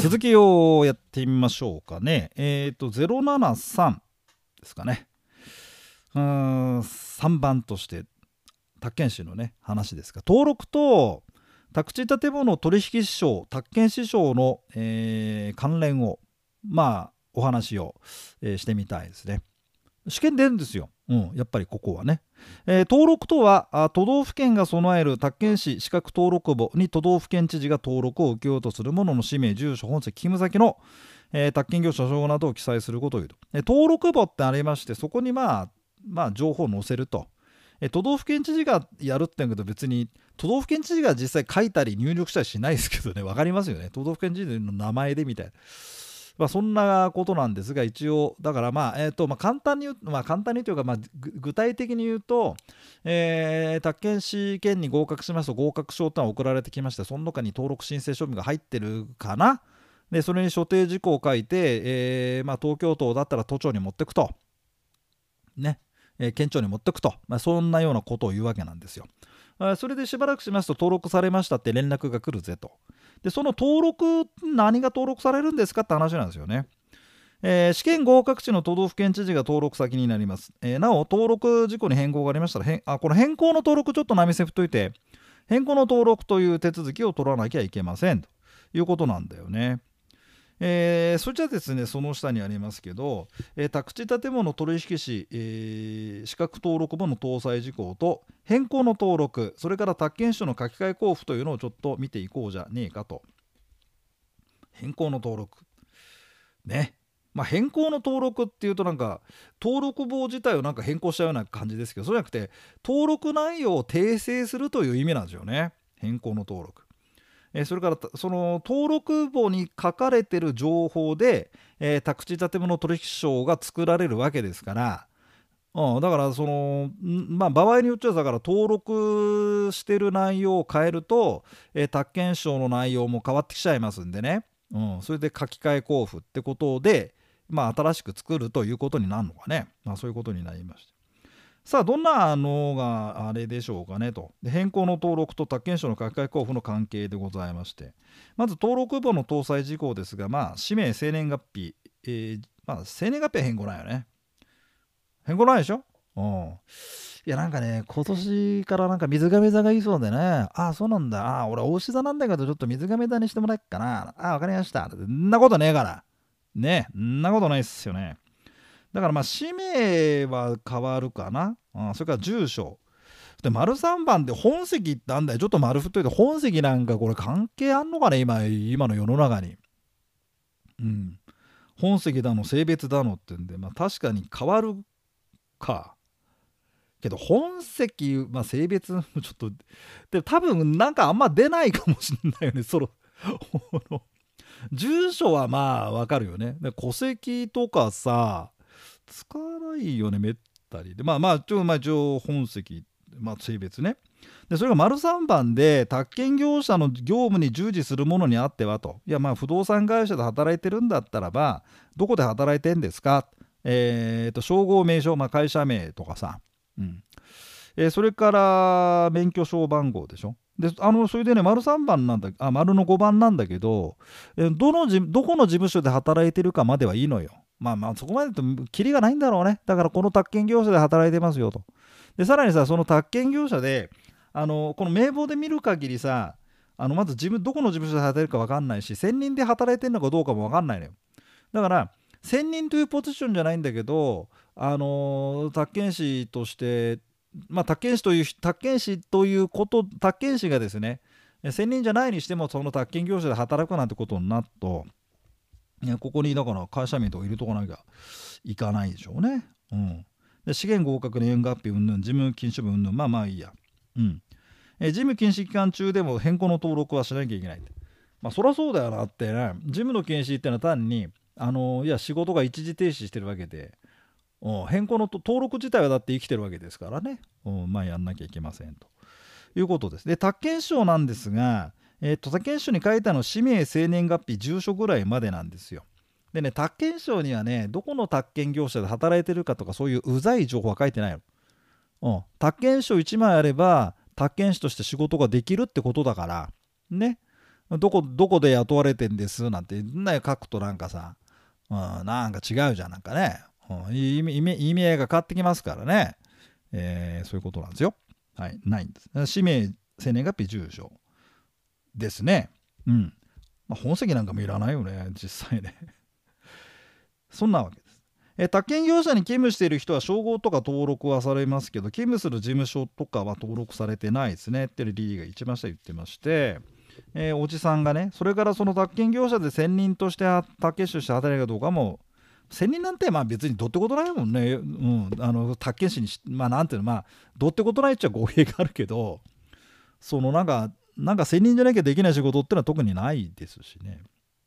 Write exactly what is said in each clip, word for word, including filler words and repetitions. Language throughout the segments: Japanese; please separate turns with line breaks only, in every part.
続きをやってみましょうかね。えっ、ー、とゼロななさんですかね。うーんさんばんとして宅建士のね話ですが、登録と宅地建物取引証宅建士証の、えー関連をまあお話を、えーしてみたいですね。試験出るんですよ、うん、やっぱりここはね、えー登録とはあ都道府県が備える宅建士資格登録簿に都道府県知事が登録を受けようとする者の氏名住所本籍勤務先の、えー宅建業者証などを記載することを言うと。で登録簿ってありまして、そこにまあまあ情報を載せると。え都道府県知事がやるって言うけど、別に都道府県知事が実際書いたり入力したりしないですけどね、分かりますよね、都道府県知事の名前でみたいな。まあ、そんなことなんですが、一応だからまあ、えーとまあ、簡単に言う、まあ、簡単にというか、まあ、具体的に言うと、えー、宅建試験に合格しますと合格証というのは送られてきまして、その中に登録申請書類が入ってるかな。でそれに所定事項を書いて、えーまあ、東京都だったら都庁に持ってくとね、えー県庁に持ってくと、まあ、そんなようなことを言うわけなんですよ。あそれでしばらくしますと登録されましたって連絡が来るぜと。でその登録、何が登録されるんですかって話なんですよね。えー試験合格地の都道府県知事が登録先になります。えーなお登録事項に変更がありましたら、へんあこの変更の登録ちょっと波線振っといて、変更の登録という手続きを取らなきゃいけませんということなんだよね。えー、それじゃですね、その下にありますけど、えー宅地建物取引士、えー資格登録簿の搭載事項と変更の登録、それから宅建証の書き換え交付というのをちょっと見ていこうじゃねえかと。変更の登録ね。まあ、変更の登録っていうとなんか登録簿自体をなんか変更したような感じですけど、そうじゃなくて登録内容を訂正するという意味なんですよね、変更の登録。えーそれからその登録簿に書かれてる情報で、えー宅地建物取引証が作られるわけですから、うん、だからその、んまあ、場合によっちゃだから登録してる内容を変えると、えー宅建証の内容も変わってきちゃいますんでね、うん、それで書き換え交付ってことで、まあ、新しく作るということになるのかね、まあ、そういうことになりました。さあどんなのがあれでしょうかねと。で変更の登録と宅建証の書き換え交付の関係でございまして、まず登録簿の搭載事項ですが、まあ氏名生年月日、えーまあ生年月日は変更ないよね。変更ないでしょ。うん。いやなんかね、今年からなんか水亀座がいいそうでね、ああそうなんだ、ああ俺大志座なんだけどちょっと水亀座にしてもらえっかな、ああわかりました、そんなことねえからね、そんなことないっすよね。だからまあ氏名は変わるかな、うん、それから住所で丸さんばんで本籍ってあんだよ。ちょっと丸振っといて、本籍なんかこれ関係あんのかね、今今の世の中に。うん本籍だの性別だのってんで、まあ確かに変わるかけど本籍、まあ、性別もちょっとで多分なんかあんま出ないかもしんないよね、その住所はまあわかるよね。で戸籍とかさ使わないよね、めったりで。まあまあちょまあ一応本籍、まあ性別ね。でそれが丸さんばんで宅建業者の業務に従事するものにあってはと。いやまあ不動産会社で働いてるんだったらばどこで働いてんですか、えー、と称号名称、まあ、会社名とかさ、うんえーそれから免許証番号でしょ。であのそれでね丸さんばんなんだ、あ丸のごばんなんだけど、えーどのじどこの事務所で働いてるかまではいいのよ。まあまあそこまでとキリがないんだろうね。だからこの宅建業者で働いてますよと。でさらにさ、その宅建業者であのこの名簿で見る限りさ、あのまず自分どこの事務所で働いてるか分かんないし、専任で働いてるのかどうかも分かんないのよ。だから専任というポジションじゃないんだけど、あの宅建士としてまあ宅建士という宅建士ということ宅建士がですね、専任じゃないにしてもその宅建業者で働くなんてことになると、いやここにだから会社名とか入れとかなきゃいかないでしょうね。うん、で試験合格年月日うんぬん事務禁止部うんぬん、まあまあいいや。うんえ事務禁止期間中でも変更の登録はしなきゃいけないって。まあそりゃそうだよなってね。事務の禁止ってのは単にあのいや仕事が一時停止してるわけで、うん変更のと登録自体はだって生きてるわけですからね、うんまあやんなきゃいけませんということです。で宅建証なんですが、えー、と宅建証に書いたの氏名生年月日住所ぐらいまでなんですよ。でね宅建証にはねどこの宅建業者で働いてるかとかそういううざい情報は書いてないの。うん、宅建証いちまいあれば宅建士として仕事ができるってことだからね。 どこどこで雇われてんですなんてね書くとなんかさ、うん、なんか違うじゃんなんかね、うん、意味意味意味合いが変わってきますからね、えーそういうことなんですよ。はい、ないんです。氏名、生年月日、住所ですね。うん。まあ、本籍なんかもいらないよね、実際ね。そんなわけです。え宅建業者に勤務している人は称号とか登録はされますけど、勤務する事務所とかは登録されてないですねってリリーが一番下言ってまして、えーおじさんがね、それからその宅建業者で専任として宅建士として働いたかどうかも、専任なんてまあ別にどうってことないもんね。うん、あの宅建士にし、まあなんていうの、まあどうってことないっちゃ語弊があるけど、そのなんか、なんか専任じゃなきゃできない仕事ってのは特にないですしね。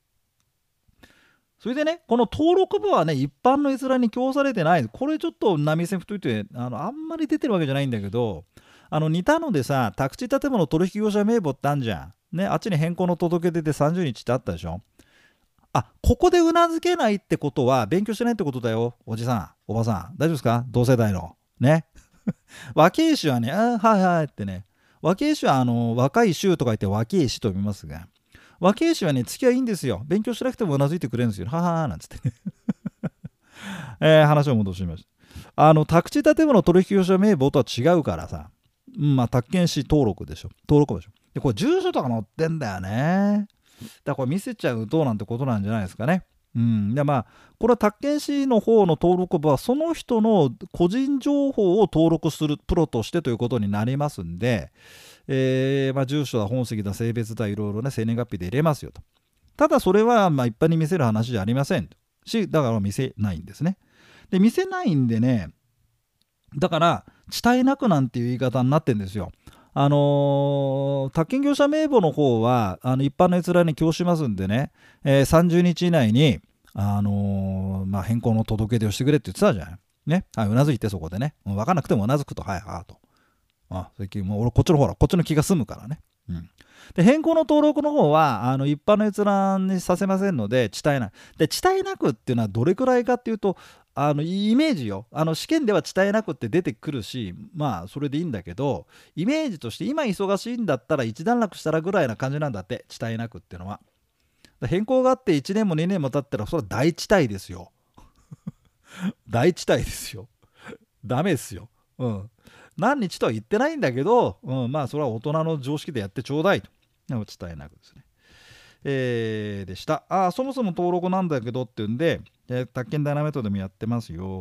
それでね、この登録簿はね、一般の閲覧に供されてない。これちょっと波線太いて、あの、あんまり出てるわけじゃないんだけど、あの、似たのでさ、宅地建物取引業者名簿ってあんじゃん。ね、あっちに変更の届け出でさんじゅうにちってあったでしょ。あ、ここでうなずけないってことは、勉強してないってことだよ。おじさん、おばさん、大丈夫ですか、同世代の。ね。若い衆はね、あ、はいはいってね。若い衆は、あの、若い衆とか言って若い衆と読みますが、若い衆はね、付き合いいいんですよ。勉強しなくてもうなずいてくれるんですよ。ははーなんつってね。えー話を戻しました。あの、宅地建物取引業者名簿とは違うからさ、うん、まあ、宅建士登録でしょ。登録でしょ。で、これ住所とか載ってんだよね。だからこれ見せちゃうとなんてことなんじゃないですかね。うん、でまあこれは宅建士の方の登録簿はその人の個人情報を登録するプロとしてということになりますんで、えーまあ、住所だ本籍だ性別だいろいろね生年月日で入れますよと。ただそれはまあ一般に見せる話じゃありませんし、だから見せないんですね。で見せないんでね、だから地帯なくなんていう言い方になってんですよ。あのー、宅建業者名簿の方はあの一般の閲覧に供しますんでね、えー、さんじゅうにち以内に、あのーまあ、変更の届け出をしてくれって言ってたじゃない。ね、はい、うなずいてそこでね、分かんなくてもうなずくと、はいはいと。あ、最近もう俺こっちの方らこっちの気が済むからね。うん、で変更の登録の方はあの一般の閲覧にさせませんので地帯なくで地帯なくっていうのはどれくらいかっていうと、あのイメージよ、あの試験では地帯なくって出てくるし、まあそれでいいんだけど、イメージとして今忙しいんだったら一段落したらぐらいな感じなんだって、地帯なくっていうのは。変更があっていちねんもにねんも経ったらそれは大地帯ですよ。大地帯ですよ。ダメですよ。うん。何日とは言ってないんだけど、うん、まあそれは大人の常識でやってちょうだいと。伝えなくですね。えー、でした。あ、そもそも登録なんだけどっていうんで、えー、宅建ダイナメントでもやってますよ。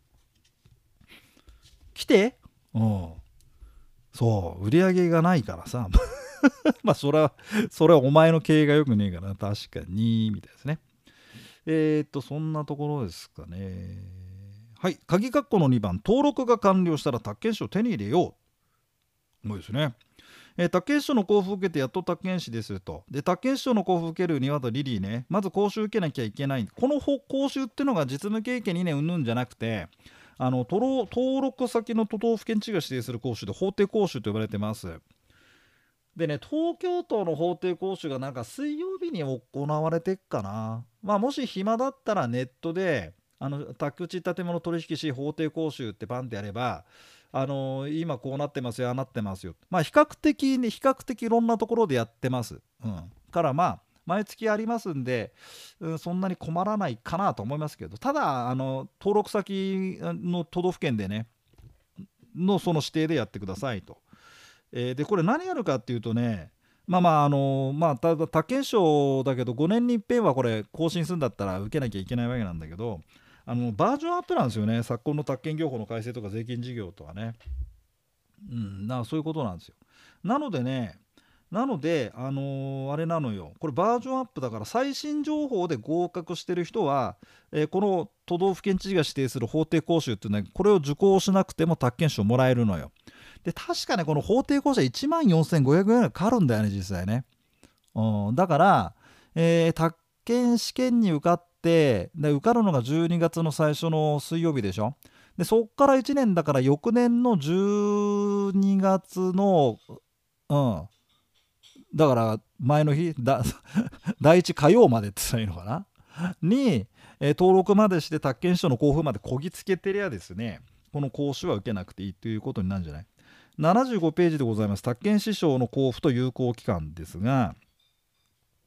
来て、うん。そう、売り上げがないからさ。まあそれは、それはお前の経営がよくねえから、確かに、みたいですね。えー、っと、そんなところですかね。はい、鍵括弧のにばん、登録が完了したら宅建士を手に入れよう。もうですね。えー、宅建士の交付を受けてやっと宅建士ですと。で、宅建士の交付を受けるにはとリリーね、まず講習受けなきゃいけない。この講習っていうのが実務経験にねんうんぬんじゃなくて、あの登録先の都道府県知事が指定する講習で法定講習と呼ばれてます。でね、東京都の法定講習がなんか水曜日に行われてっかな。まあもし暇だったらネットで、あの宅地建物取引士法定講習ってパンってやれば、あのー今こうなってますよ、ああなってますよ。まあ比較的ね、比較的いろんなところでやってます。うん。からまあ、毎月ありますんで、うん、そんなに困らないかなと思いますけど、ただ、あの登録先の都道府県でね、のその指定でやってくださいと。えーでこれ何やるかっていうとね、まあまああのまあただ他県証だけどごねんに一遍はこれ更新するんだったら受けなきゃいけないわけなんだけど、あのバージョンアップなんですよね、昨今の宅建業法の改正とか税金事業とはね。うん、だからそういうことなんですよ。なのでね、なので、あのーあれなのよ、これバージョンアップだから最新情報で合格してる人は、えーこの都道府県知事が指定する法定講習っていうのは、これを受講しなくても宅建証もらえるのよ。で、確かね、この法定講習いちまんよんせんごひゃくえんぐらいかかるんだよね、実際ね。うん、だから、えー宅建試験に受かって、で受かるのがじゅうにがつの最初の水曜日でしょ。で、そっからいちねんだから翌年のじゅうにがつの、うん、だから前の日だだいいち火曜までって言ったらいいのかなに、えー登録までして宅建士の交付までこぎつけてりゃですね、この講習は受けなくていいということになるんじゃない。ななじゅうごページでございます。宅建士証の交付と有効期間ですが、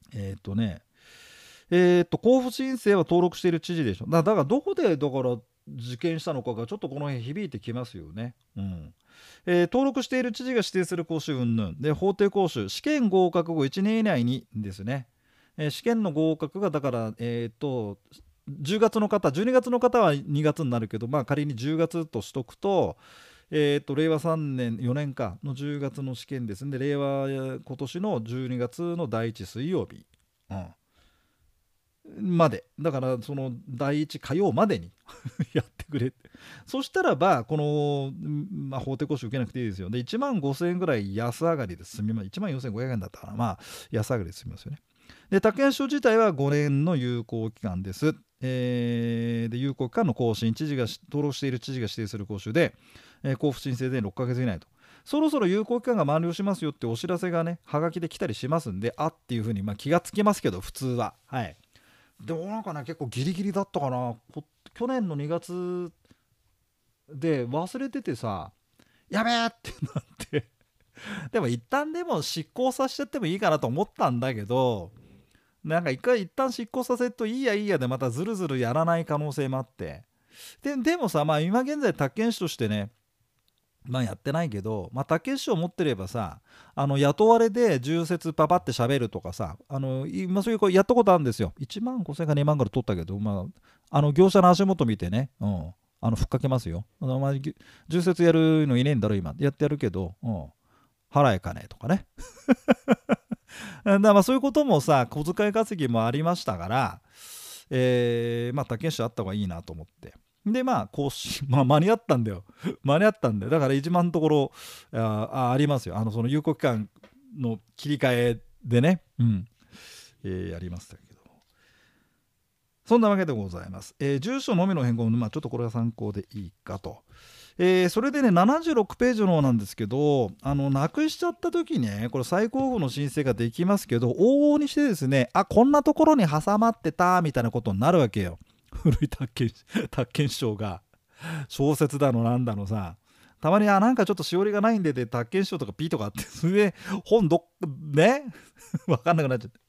えっ、とねえっ、と交付申請は登録している知事でしょ。だだからどこでだから受験したのかがちょっとこの辺響いてきますよね。うん。えー登録している知事が指定する講習云々で、法定講習試験合格後いちねん以内にですね、えー試験の合格がだからえっ、とじゅうがつの方じゅうにがつの方はにがつになるけど、まあ仮にじゅうがつとしとくと、えっ、と令和さんねんよねんかのじゅうがつの試験ですんで、令和今年のじゅうにがつのだいいち水曜日、うんまでだから、そのだいいち火曜までにやってくれって。そしたらばこの、まあ、法定講習受けなくていいですよ。でいちまんごせんえんぐらい安上がりで済みます。いちまんよんせんごひゃくえんだったかな。まあ安上がりで済みますよね。で宅建証自体はごねんの有効期間です。えーで有効期間の更新、知事が登録している知事が指定する講習で、えー交付申請でろっかげつ以内と。そろそろ有効期間が満了しますよってお知らせがねはがきで来たりしますんで、あっていうふうにまあ気がつきますけど普通は。はい。でもなんかね結構ギリギリだったかな。去年のにがつで忘れててさ、やべえってなってでも一旦でも執行させちゃってもいいかなと思ったんだけど、なんか一回一旦執行させるといいやいいやでまたずるずるやらない可能性もあって、ででもさ、まあ今現在宅建士としてね、まあやってないけど、まあ、竹師匠持ってればさ、あの雇われで重説パパって喋るとかさ、あの今そういうこやったことあるんですよ。いちまんごせんかにまんぐらい取ったけど、まあ、あの業者の足元見てね、うん、あのふっかけますよ。あのお前重説やるのいねえんだろ今やってやるけど、うん、払えかねえとかね。だからまあそういうこともさ、小遣い稼ぎもありましたから、えー、まあ竹師匠あった方がいいなと思って。でまあ更新、まあ、間に合ったんだよ間に合ったんだよ。だから一番のところああありますよ、あのその有効期間の切り替えでね、うんえーやりましたけど、そんなわけでございます。えー住所のみの変更、まあ、ちょっとこれが参考でいいかと。えーそれでねななじゅうろくページの方なんですけど、あのなくしちゃった時ね、これ再交付の申請ができますけど、往々にしてですね、あこんなところに挟まってたみたいなことになるわけよ。古い宅建宅建士長が小説だのなんだのさ、たまにあなんかちょっとしおりがないんでで宅建士長とかピとかってそれで本どっねわかんなくなっちゃって、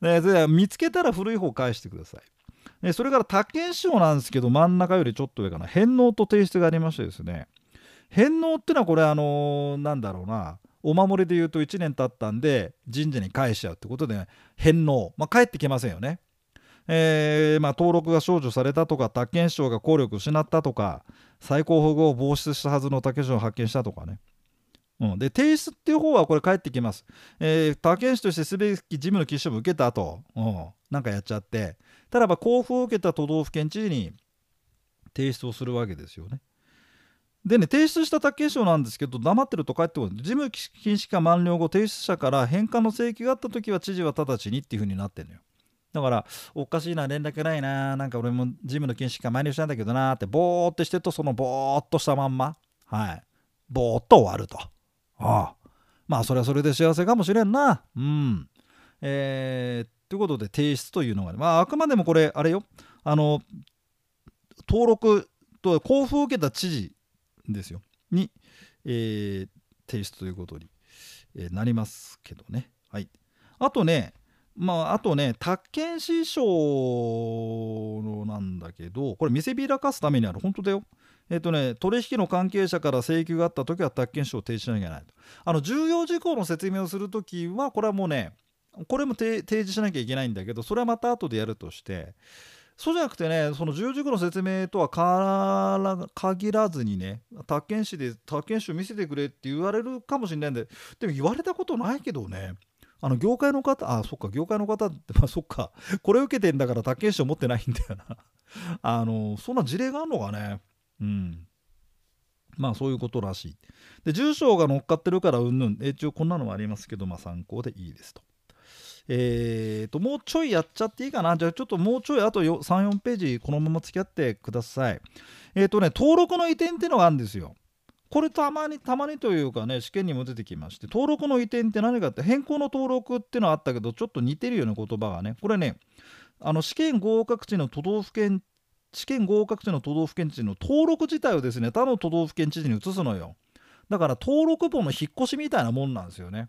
ね、それ見つけたら古い方返してください。でそれから宅建士長なんですけど、真ん中よりちょっと上かな、返納と提出がありましてですね、返納ってのはこれあのーなんだろうな、お守りで言うといちねん経ったんで神社に返しちゃうってことで、ね、返納、まあ、返ってきませんよね。えーまあ、登録が少女されたとか、宅建士長が効力を失ったとか、再交付後を防止したはずの宅建士長を発見したとかね。うん、で提出っていう方はこれ返ってきます。えー、宅建士としてすべき事務の基準を受けた後、うん、なんかやっちゃって、ただば交付を受けた都道府県知事に提出をするわけですよね。でね、提出した宅建証なんですけど、黙ってると返ってこない。事務禁止期間満了後、提出者から返還の請求があったときは、知事は直ちにっていう風になってるのよ。だから、おかしいな、連絡ないな、なんか俺も事務の禁止期間満了したんだけどなって、ぼーってしてると、そのぼーっとしたまんま、はい、ぼーっと終わると。ああ、まあ、それはそれで幸せかもしれんな。うん。えー、ということで、提出というのがね、まあ、あくまでもこれ、あれよ、あの、登録と交付を受けた知事ですよに、えー提出ということに、えーなりますけどね。はい。あとね、まああとね、宅建士証のなんだけど、これ見せびらかすためにある、本当だよ。えっ、とね、取引の関係者から請求があったときは宅建士証を提示しなきゃいけないと。あの重要事項の説明をするときは、これはもうね、これも提示しなきゃいけないんだけど、それはまた後でやるとして、そうじゃなくてね、その重要事項の説明とはから限らずにね、宅建士で宅建士を見せてくれって言われるかもしれないんで、でも言われたことないけどね、あの業界の方、あ、そっか、業界の方って、まあそっか、これ受けてんだから宅建士を持ってないんだよな。あの、そんな事例があるのかね。うん。まあそういうことらしい。で、住所が乗っかってるからうんぬん、一応こんなのもありますけど、まあ参考でいいですと。えーと、もうちょいやっちゃっていいかな。じゃあちょっともうちょいあとさん、よんページこのまま付き合ってください。えーとね、登録の移転ってのがあるんですよ。これたまにたまにというかね、試験にも出てきまして、登録の移転って何かって、変更の登録ってのはあったけど、ちょっと似てるような言葉がね、これね、あの試験合格地の都道府県試験合格地の都道府県知事の登録自体をですね、他の都道府県知事に移すのよ。だから登録簿の引っ越しみたいなもんなんですよね。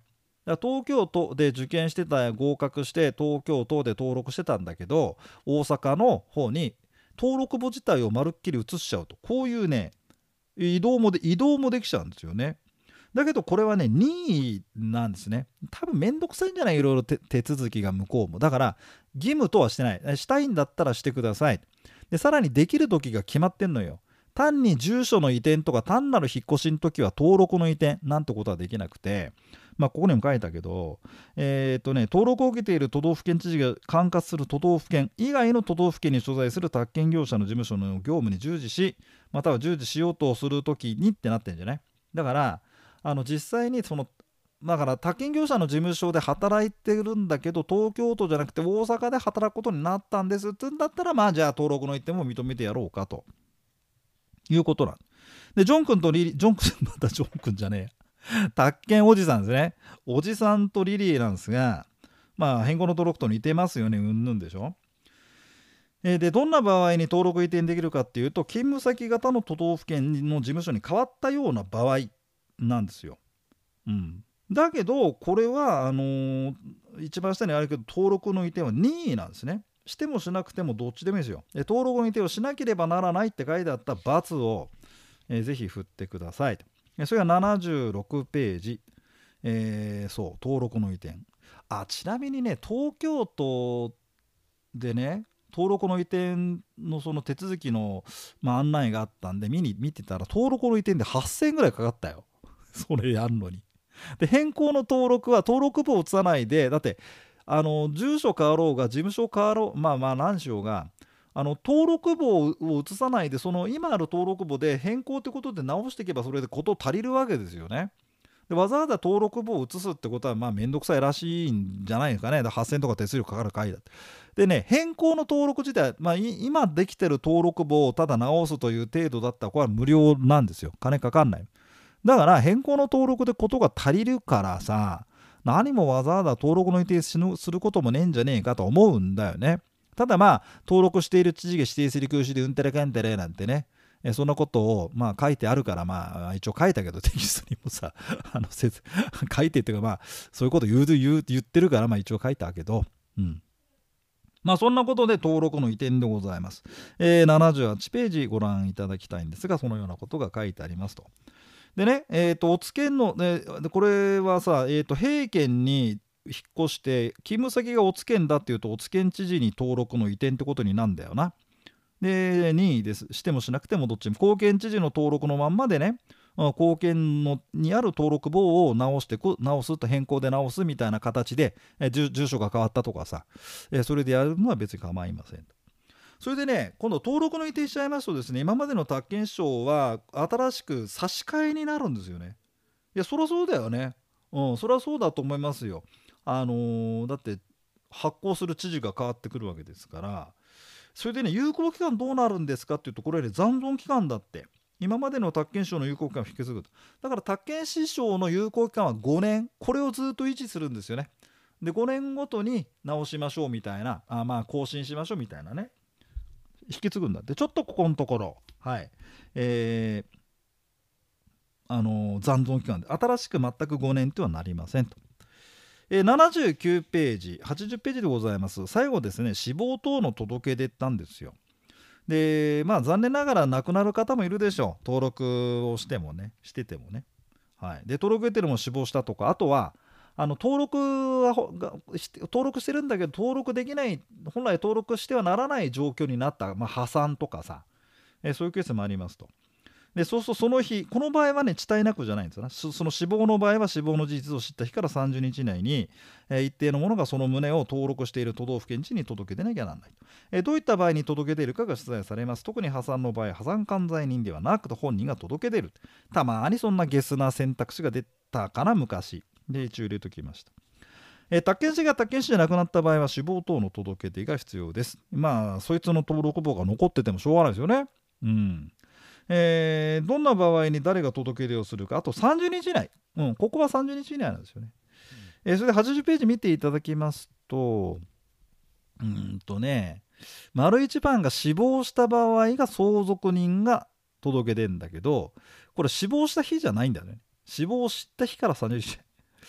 だから東京都で受験してた合格して東京都で登録してたんだけど、大阪の方に登録簿自体をまるっきり移しちゃうと、こういうね移動もで移動もできちゃうんですよね。だけどこれはね任意なんですね。多分めんどくさいんじゃない、いろいろ手手続きが向こうも。だから義務とはしてない。したいんだったらしてください。でさらにできる時が決まってんのよ。単に住所の移転とか単なる引っ越しの時は登録の移転なんてことはできなくて、まあここにも書いたけど、えーっとね登録を受けている都道府県知事が管轄する都道府県以外の都道府県に所在する宅建業者の事務所の業務に従事し、または従事しようとする時にってなってんじゃない。だからあの実際にそのだから宅建業者の事務所で働いてるんだけど東京都じゃなくて大阪で働くことになったんですってんだったら、まあじゃあ登録の一点も認めてやろうかということなんで、ジョン君とリリージョン君またジョン君じゃねえや宅建おじさんですね。おじさんとリリーなんですが、まあ変更の登録と似てますよね、うんぬんでしょ。えーでどんな場合に登録移転できるかっていうと、勤務先型の都道府県の事務所に変わったような場合なんですよ。うん、だけどこれはあのー一番下にあるけど登録の移転は任意なんですね。してもしなくてもどっちでもいいですよ。で登録の移転をしなければならないって書いてあった×を、えーぜひ振ってください。それがななじゅうろくページ、えーそう登録の移転。あちなみにね東京都でね登録の移転のその手続きの、まあ、案内があったんで見に見てたら登録の移転ではっせんえんぐらいかかったよそれやるのに。で変更の登録は登録簿を移さないで、だってあの住所変わろうが事務所変わろうまあまあ何しようがあの登録簿を移さないでその今ある登録簿で変更ってことで直していけばそれでこと足りるわけですよね。でわざわざ登録簿を移すってことはまあ面倒くさいらしいんじゃないですかね。だからはっせんえんとか手数料かかる回だって。でね変更の登録自体、まあ、今できてる登録簿をただ直すという程度だったらこれは無料なんですよ。金かかんない。だから変更の登録でことが足りるからさ、何もわざわざ登録の移転することもねえんじゃねえかと思うんだよね。ただまあ登録している知事が指定する教師でうんてれかんてれなんてね、えそんなことをまあ書いてあるから、まあ一応書いたけどテキストにもさあのせ書いてっていうかまあそういうこと言う言う言ってるからまあ一応書いたけど、うんまあそんなことで登録の移転でございます。えー、ななじゅうはちページご覧いただきたいんですが、そのようなことが書いてありますと。でね、えー、とおつけんの、ね、これはさ、えー、と平県に引っ越して勤務先がおつけんだっていうとおつけん知事に登録の移転ってことになるんだよな。で任意ですしてもしなくてもどっちも後見知事の登録のまんまでね、後見のにある登録簿を直してく直すと変更で直すみたいな形で、え住住所が変わったとかさ、えそれでやるのは別に構いません。それでね今度登録の移転しちゃいますとですね、今までの宅建証は新しく差し替えになるんですよね。いやそりゃそうだよね。うんそりゃそうだと思いますよ。あのーだって発行する知事が変わってくるわけですから。それでね有効期間どうなるんですかっていうと、これね残存期間だって。今までの宅建証の有効期間を引き継ぐ。だから宅建士証の有効期間はごねん、これをずっと維持するんですよね。でごねんごとに直しましょうみたいな、あまあ更新しましょうみたいなね、引き継ぐんだって。ちょっとここのところはいえー、あのー残存期間で新しく全くごねんとはなりませんと。えー、ななじゅうきゅうページはちじゅうページでございます。最後ですね、死亡等の届け出たんですよ。でまあ残念ながら亡くなる方もいるでしょう、登録をしてもねしててもね。はい、で登録得てるも死亡したとか、あとはあの登録はが登録してるんだけど登録できない、本来登録してはならない状況になった、まあ、破産とかさ、えーそういうケースもありますと。でそうするとその日、この場合はね遅滞なくじゃないんですよね。そその死亡の場合は死亡の事実を知った日からさんじゅうにち以内に、えー一定のものがその旨を登録している都道府県知事に届け出なきゃならない、えーどういった場合に届け出るかが出題されます。特に破産の場合、破産管財人ではなく本人が届け出る。たまにそんなゲスな選択肢が出たかな昔で一応入れときました。えー、宅建士が宅建士じゃなくなった場合は死亡等の届け出が必要です。まあそいつの登録簿が残っててもしょうがないですよね。うんえーどんな場合に誰が届け出をするか、あとさんじゅうにち以内、うん、ここはさんじゅうにち以内なんですよね。えーそれではちじゅうページ見ていただきますと、うーんとね丸いちばんが死亡した場合が相続人が届け出るんだけど、これ死亡した日じゃないんだよね。死亡した日からさんじゅうにち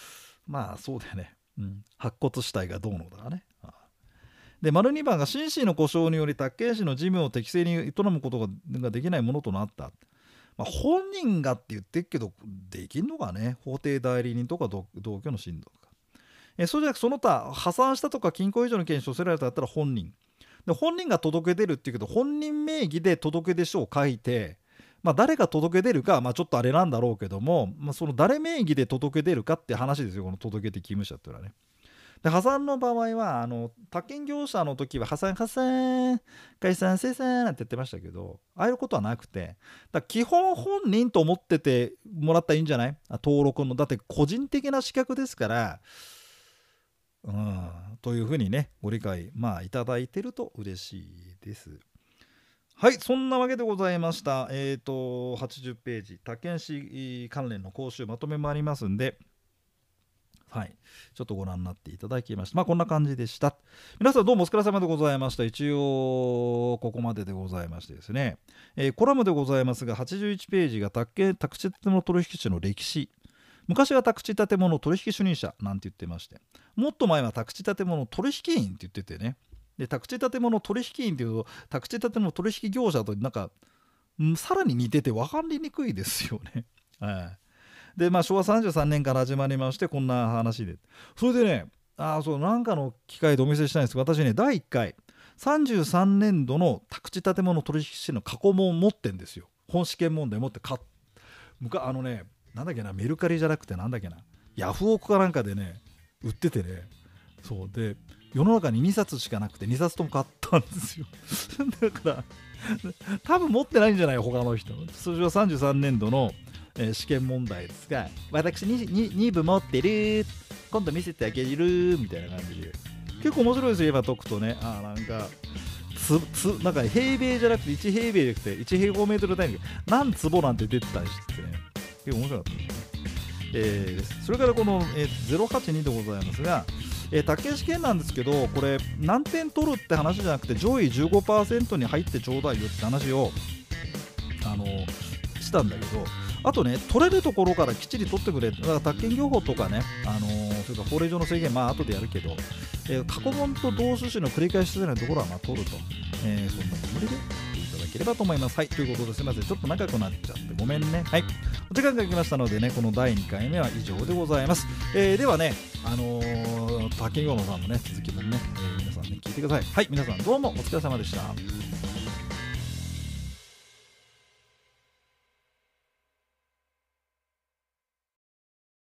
まあそうだよね、うん、白骨死体がどうのだかね。で丸にばんが心身の故障により宅建士の事務を適正に営むことができないものとなった、まあ、本人がって言ってるけどできんのかね、法定代理人とか同居の親族か。えそうじゃなくその他破産したとか禁錮以上の件処せられただったら本人で、本人が届け出るっていうけど本人名義で届け出書を書いて、まあ、誰が届け出るか、まあ、ちょっとあれなんだろうけども、まあ、その誰名義で届け出るかって話ですよ、この届け出義務者っていうのはね。で破産の場合はあの宅建業者の時は破産破産解散清算なんて言ってましたけど、ああいうことはなくて、だ基本本人と思っててもらったらいいんじゃない、登録の。だって個人的な資格ですから、うん、というふうにねご理解、まあ、いただいてると嬉しいです。はい、そんなわけでございました。えっとはちじゅっページ宅建士関連の講習まとめもありますんで、はい、ちょっとご覧になっていただきました。まあこんな感じでした。皆さんどうもお疲れ様でございました。一応ここまででございましてですね、えー、コラムでございますがはちじゅういちページが宅建宅地建物取引士の歴史。昔は宅地建物取引主任者なんて言ってまして、もっと前は宅地建物取引員って言っててね、で宅地建物取引員っていうと宅地建物取引業者となんかさらに似てて分かりにくいですよね。はいでまあ、しょうわさんじゅうさんねんから始まりましてこんな話で、それでねあそうなんかの機会でお見せしたいんですけど、私ねだいいっかいさんじゅうさんねんどの宅地建物取引士の過去問持ってんですよ。本試験問題持って買っむかあのねなんだっけな、メルカリじゃなくてなんだっけな、ヤフオクかなんかでね売っててね、そうで世の中ににさつしかなくてにさつとも買ったんですよだから多分持ってないんじゃない他の人。通常さんじゅうさんねんどのえー、試験問題ですが、私 に, に, に部持ってる、今度見せてあげるみたいな感じで結構面白いですよ。今解くとね、あなんかつつなんか平米じゃなくていち平米じゃなくていち平方メートル単位で何坪なんて出てたりしてね、結構面白かったですね。えー、それからこの、えー、ゼロはちにでございますが、えー、宅建試験なんですけど、これ何点取るって話じゃなくて上位 じゅうごパーセント に入ってちょうだいよって話をあのー、したんだけど、あとね取れるところからきっちり取ってくれ。だから宅建業法とかね、あのー、それから法令上の制限、まあ後でやるけど、えー、過去問と同趣旨の繰り返ししてないところはまあ取ると、えー、そんなつもりでやっていただければと思います。はい、ということですいません、ちょっと長くなっちゃってごめんね。はい、お時間が来ましたのでね、このだいにかいめは以上でございます。えー、ではね、あのー、宅建業法さんのね続きもね、えー、皆さんね聞いてください。はい、皆さんどうもお疲れ様でした。